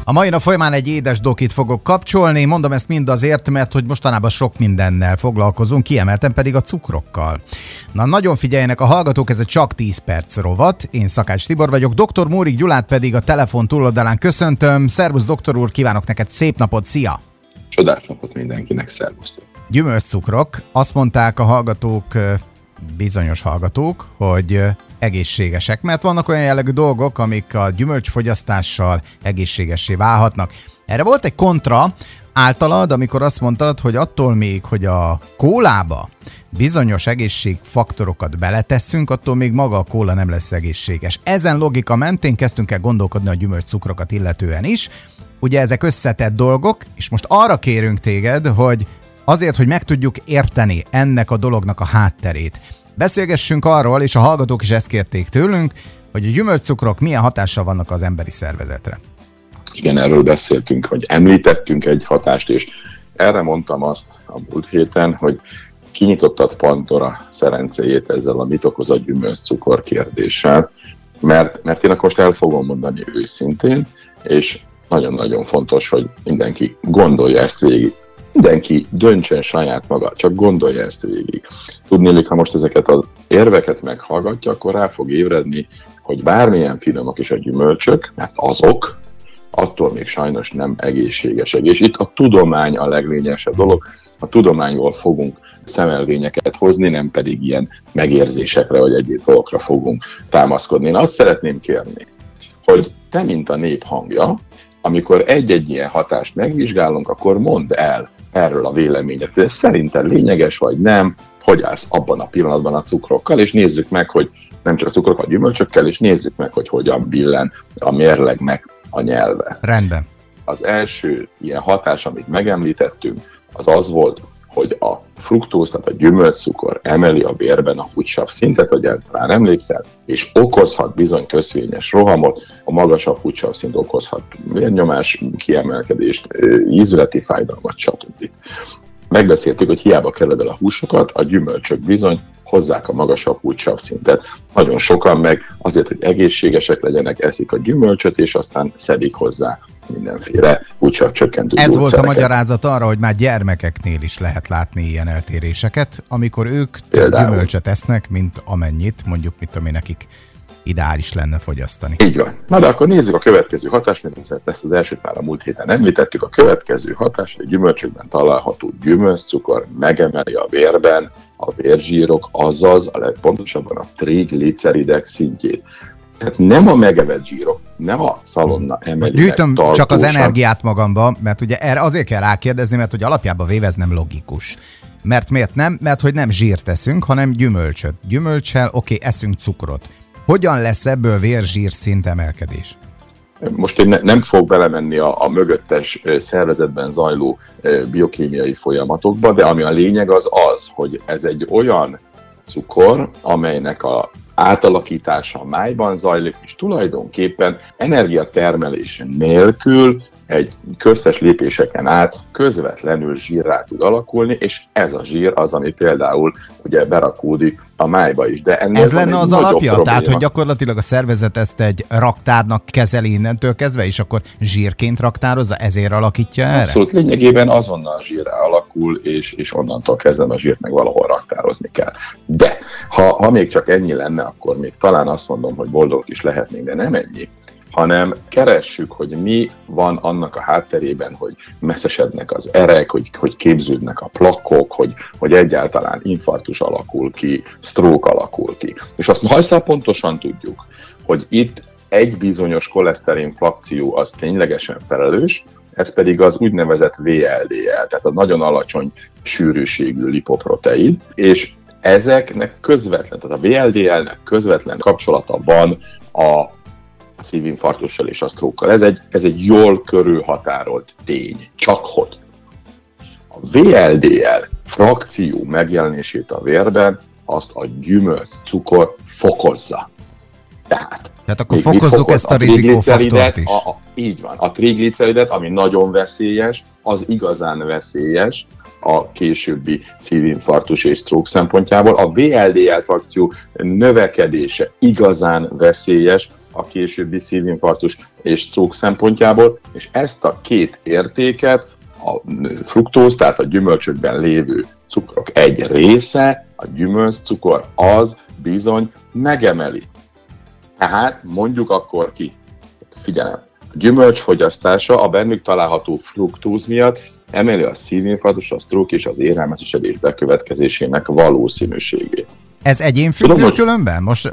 A mai nap folyamán egy édes dokit fogok kapcsolni, mondom ezt mind azért, mert hogy mostanában sok mindennel foglalkozunk, kiemelten pedig a cukrokkal. Na, nagyon figyeljenek a hallgatók, ez egy csak 10 perc rovat. Én Szakács Tibor vagyok, dr. Mórik Gyulát pedig a telefon túloldalán köszöntöm. Szervusz, doktor úr, kívánok neked szép napot, szia! Csodás napot mindenkinek, szervusztok! Gyümölcscukrok, azt mondták a hallgatók, bizonyos hallgatók, hogy egészségesek, mert vannak olyan jellegű dolgok, amik a gyümölcsfogyasztással egészségessé válhatnak. Erre volt egy kontra általad, amikor azt mondtad, hogy attól még, hogy a kólába bizonyos egészségfaktorokat beletesszünk, attól még maga a kóla nem lesz egészséges. Ezen logika mentén kezdtünk el gondolkodni a gyümölcscukrokat illetően is. Ugye ezek összetett dolgok, és most arra kérünk téged, hogy azért, hogy meg tudjuk érteni ennek a dolognak a hátterét, beszélgessünk arról, és a hallgatók is ezt kérték tőlünk, hogy a gyümölcscukrok milyen hatással vannak az emberi szervezetre. Igen, erről beszéltünk, hogy említettünk egy hatást, és erre mondtam azt a múlt héten, hogy kinyitottad Pandora szerencéjét ezzel a mit okoz a gyümölcscukor kérdéssel, mert én akkor most el fogom mondani őszintén, és nagyon-nagyon fontos, hogy mindenki gondolja ezt végig. Mindenki döntsön saját maga, csak gondolja ezt végig. Tudnélik, ha most ezeket az érveket meghallgatja, akkor rá fog ébredni, hogy bármilyen finomak is a gyümölcsök, mert azok, attól még sajnos nem egészségesek. És itt a tudomány a leglényegesebb dolog, a tudományból fogunk szemelvényeket hozni, nem pedig ilyen megérzésekre vagy egyéb dolgokra fogunk támaszkodni. Én azt szeretném kérni, hogy te, mint a nép hangja, amikor egy-egy ilyen hatást megvizsgálunk, akkor mondd el erről a véleményet. Ez szerinted lényeges vagy nem, hogy állsz abban a pillanatban a cukrokkal, és nézzük meg, hogy nem csak a cukrokkal, a gyümölcsökkel, és nézzük meg, hogy hogyan billen a mérleg meg a nyelve. Rendben. Az első ilyen hatás, amit megemlítettünk, az volt, hogy a fruktóz, tehát a gyümölcscukor emeli a vérben a húgysav szintet, hogy talán emlékszel, és okozhat bizony köszvényes rohamot, a magasabb húgysav szint okozhat vérnyomás kiemelkedést, ízületi fájdalmat, stb. Megbeszéltük, hogy hiába kered el a húsokat, a gyümölcsök bizony hozzák a magasabb húgysav szintet. Nagyon sokan meg azért, hogy egészségesek legyenek, eszik a gyümölcsöt, és aztán szedik hozzá mindenféle húgysav csökkentő gyógyszereket. Ez volt a magyarázat arra, hogy már gyermekeknél is lehet látni ilyen eltéréseket, amikor ők több gyümölcsöt esznek, mint amennyit, mondjuk, mit tudom én, nekik ideális lenne fogyasztani. Így van. Na de akkor nézzük a következő hatást, mert ezt az elsőt már a múlt héten említettük. A következő hatás, hogy a gyümölcsökben található gyümölcscukor megemeli a vérben a vérzsírok, azaz a legpontosabban a trigliceridek szintjét. Tehát nem a megevett zsírok, nem a szalonna emeli. Gyűjtöm csak az energiát magamba, mert ugye erre azért kell rákérdezni, mert hogy alapjában véve ez nem logikus. Mert miért nem? Mert hogy nem zsírt eszünk, hanem gyümölcsöt. Gyümölcssel, oké, eszünk cukrot. Hogyan lesz ebből vérzsír szint emelkedés? Most én nem fogok belemenni a mögöttes szervezetben zajló biokémiai folyamatokba, de ami a lényeg az, hogy ez egy olyan cukor, amelynek a átalakítása a májban zajlik, és tulajdonképpen energiatermelés nélkül egy köztes lépéseken át közvetlenül zsírrá tud alakulni, és ez a zsír az, ami például ugye berakódik a májba is. De ez lenne az alapja? Probléma. Tehát, hogy gyakorlatilag a szervezet ezt egy raktárnak kezeli innentől kezdve, és akkor zsírként raktározza, ezért alakítja erre? Abszolút, lényegében azonnal zsírrá alakul, és onnantól kezdve a zsírt meg valahol raktározni kell. De ha még csak ennyi lenne, akkor még talán azt mondom, hogy boldogok is lehetnénk, de nem ennyi, hanem keressük, hogy mi van annak a hátterében, hogy messzesednek az erek, hogy képződnek a plakkok, hogy egyáltalán infarktus alakul ki, stroke alakul ki. És azt hajszál pontosan tudjuk, hogy itt egy bizonyos koleszterin frakció az ténylegesen felelős, ez pedig az úgynevezett VLDL, tehát a nagyon alacsony sűrűségű lipoprotein, és ezeknek közvetlen, tehát a VLDL-nek közvetlen kapcsolata van a szívinfarktussal és a sztrókkal. Ez egy jól körülhatárolt tény. Csak hogy a VLDL frakció megjelenését a vérben azt a gyümölcscukor fokozza. Tehát akkor fokozzuk ezt a rizikófaktort is. Így van. A trigliceridet, ami nagyon veszélyes, az igazán veszélyes, a későbbi szívinfarktus és stroke szempontjából. A VLDL frakció növekedése igazán veszélyes a későbbi szívinfarktus és stroke szempontjából, és ezt a két értéket, a fruktóz, tehát a gyümölcsökben lévő cukrok egy része, a gyümölcscukor, az bizony megemeli. Tehát mondjuk akkor ki, figyelem, a gyümölcs fogyasztása a bennük található fruktóz miatt emeli a szívinfarktus, a stroke és az érrelmesesedés bekövetkezésének valószínűségét. Ez egyénfüggő különben? Most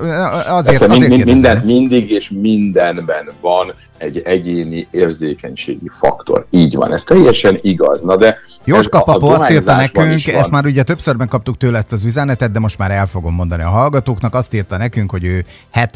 azért mindig és mindenben van egy egyéni érzékenységi faktor. Így van, ez teljesen igaz. Na de Jóska Papó azt írta nekünk, ezt már ugye többször megkaptuk tőle ezt az üzenetet, de most már el fogom mondani a hallgatóknak, azt írta nekünk, hogy ő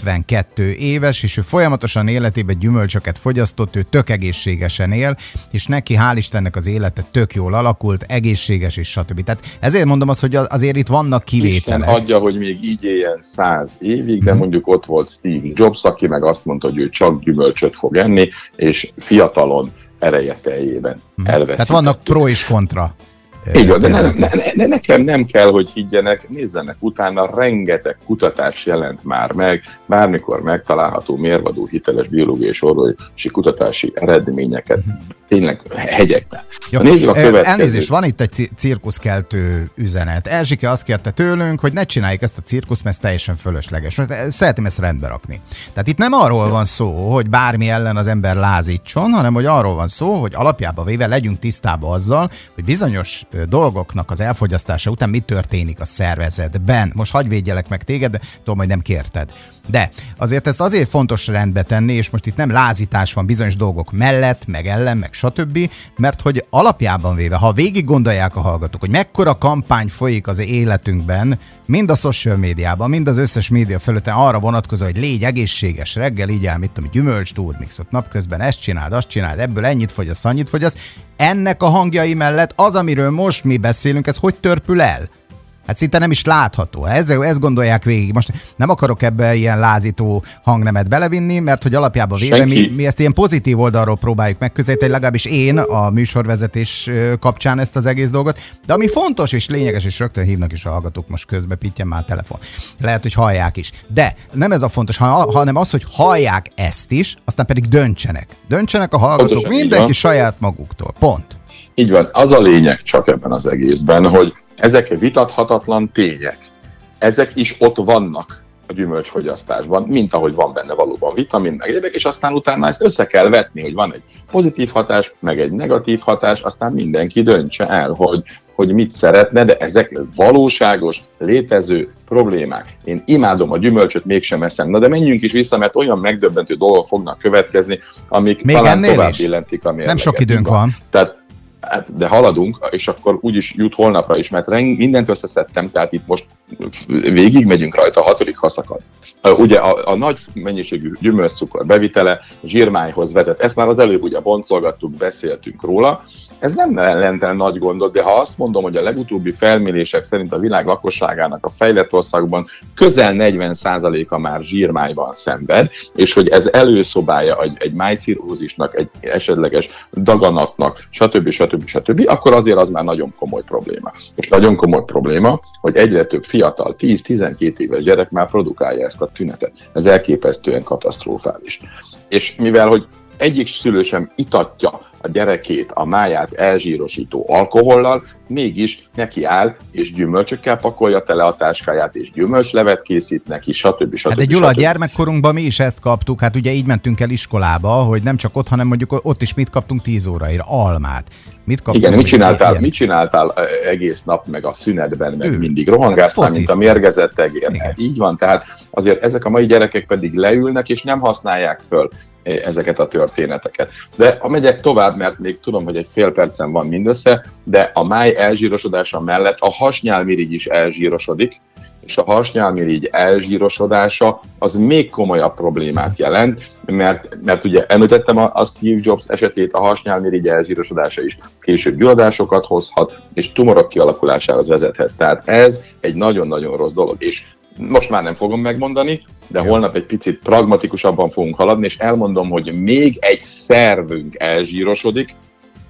72 éves, és ő folyamatosan életében gyümölcsöket fogyasztott, ő tök egészségesen él, és neki hál' Istennek az élete tök jól alakult, egészséges és stb. Tehát ezért mondom azt, hogy azért itt vannak kivételek. Isten adja, hogy még így éljen 100 évig, de mondjuk ott volt Steve Jobs, aki meg azt mondta, hogy ő csak gyümölcsöt fog enni, és fiatalon ereje teljében elveszítettük. Tehát vannak pro és kontra. Így van, de nekem nem kell, hogy higgyenek, nézzenek utána, rengeteg kutatás jelent már meg, bármikor megtalálható mérvadó, hiteles biológiai és orvosi kutatási eredményeket, tényleg hegyekben. Nézzük a következőt. Elnézést, van itt egy cirkuszkeltő üzenet. Erzsike azt kérte tőlünk, hogy ne csináljuk ezt a cirkuszt, mert ez teljesen fölösleges. Szeretném ezt rendbe rakni. Tehát itt nem arról van szó, hogy bármi ellen az ember lázítson, hanem hogy arról van szó, hogy alapjában véve legyünk tisztában azzal, hogy bizonyos dolgoknak az elfogyasztása után mi történik a szervezetben. Most hagyj védjelek meg téged, de tudom, hogy nem kérted. De azért ezt azért fontos rendbe tenni, és most itt nem lázítás van bizonyos dolgok mellett, meg ellen, meg stb., mert hogy alapjában véve, ha végig gondolják a hallgatók, hogy mekkora kampány folyik az életünkben, mind a social médiában, mind az összes média felületen arra vonatkozó, hogy légy egészséges reggel, így el, mit tudom, gyümölcs, turmixot napközben, ezt csináld, azt csináld, ebből ennyit fogyasz, annyit fogyasz. Ennek a hangjai mellett az, amiről most mi beszélünk, ez hogy törpül el? Hát szinte nem is látható. Ezt gondolják végig. Most nem akarok ebbe ilyen lázító hangnemet belevinni, mert hogy alapjában véve mi ezt ilyen pozitív oldalról próbáljuk megközelíteni, legalábbis én a műsorvezetés kapcsán ezt az egész dolgot. De ami fontos és lényeges, és rögtön hívnak is a hallgatók, most közbe pittyen már a telefon. Lehet, hogy hallják is. De nem ez a fontos, hanem az, hogy hallják ezt is, aztán pedig döntsenek. Döntsenek a hallgatók, pontosan, mindenki saját maguktól. Pont. Így van, az a lényeg csak ebben az egészben, hogy ezek vitathatatlan tények. Ezek is ott vannak a gyümölcsfogyasztásban, mint ahogy van benne valóban vitamin, meg egyébként, és aztán utána ezt össze kell vetni, hogy van egy pozitív hatás, meg egy negatív hatás, aztán mindenki döntse el, hogy mit szeretne, de ezek valóságos, létező problémák. Én imádom a gyümölcsöt, mégsem eszem. Na de menjünk is vissza, mert olyan megdöbbentő dolgok fognak következni, amik még talán tovább billentik a mérleget. Nem sok időnk van. Tehát de haladunk, és akkor úgyis jut holnapra is, mert mindent összeszedtem, tehát itt most végigmegyünk rajta, a 6. haszakad. Ugye a nagy mennyiségű gyümölcscukor bevitele zsírmájhoz vezet. Ezt már az előbb ugye boncolgattuk, beszéltünk róla. Ez nem jelent el nagy gondot, de ha azt mondom, hogy a legutóbbi felmérések szerint a világ lakosságának a fejlett országban közel 40%-a már zsírmájban szenved, és hogy ez előszobája egy májcirrózisnak, egy esetleges daganatnak, stb., akkor azért az már nagyon komoly probléma. És nagyon komoly probléma, hogy egyre több fiatal, 10-12 éves gyerek már produkálja ezt a tünetet. Ez elképesztően katasztrofális. És mivel, hogy egyik szülő sem itatja a gyerekét a máját elzsírosító alkohollal, mégis neki áll, és gyümölcsökkel pakolja tele a táskáját, és gyümölcslevet készít neki, stb. Hát de Gyula, gyermekkorunkban mi is ezt kaptuk, hát ugye így mentünk el iskolába, hogy nem csak ott, hanem mondjuk ott is mit kaptunk 10 óraira? Almát. Igen, mit csináltál egész nap, meg a szünetben, meg mindig rohangáztál, mint a mérgezett egér. Így van, tehát azért ezek a mai gyerekek pedig leülnek, és nem használják föl ezeket a történeteket. De ha megyek tovább, mert még tudom, hogy egy fél percen van mindössze, de a máj elzsírosodása mellett a hasnyálmirigy is elzsírosodik, és a hasnyálmirigy elzsírosodása az még komolyabb problémát jelent, mert ugye említettem a Steve Jobs esetét, a hasnyálmirigy elzsírosodása is később gyulladásokat hozhat, és tumorok kialakulásához vezethet. Tehát ez egy nagyon-nagyon rossz dolog, és most már nem fogom megmondani, de holnap egy picit pragmatikusabban fogunk haladni, és elmondom, hogy még egy szervünk elzsírosodik,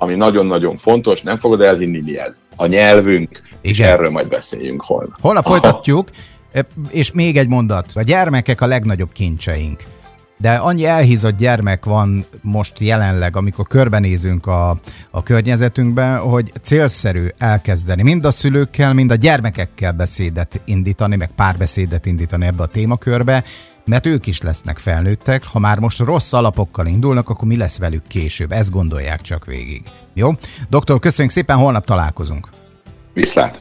ami nagyon-nagyon fontos, nem fogod elhinni, mi ez. A nyelvünk, és erről majd beszéljünk holnap. Holnap folytatjuk, és még egy mondat. A gyermekek a legnagyobb kincseink. De annyi elhízott gyermek van most jelenleg, amikor körbenézünk a környezetünkben, hogy célszerű elkezdeni mind a szülőkkel, mind a gyermekekkel beszédet indítani, meg párbeszédet indítani ebbe a témakörbe, mert ők is lesznek felnőttek. Ha már most rossz alapokkal indulnak, akkor mi lesz velük később? Ezt gondolják csak végig. Jó? Doktor, köszönjük szépen, holnap találkozunk. Viszlát!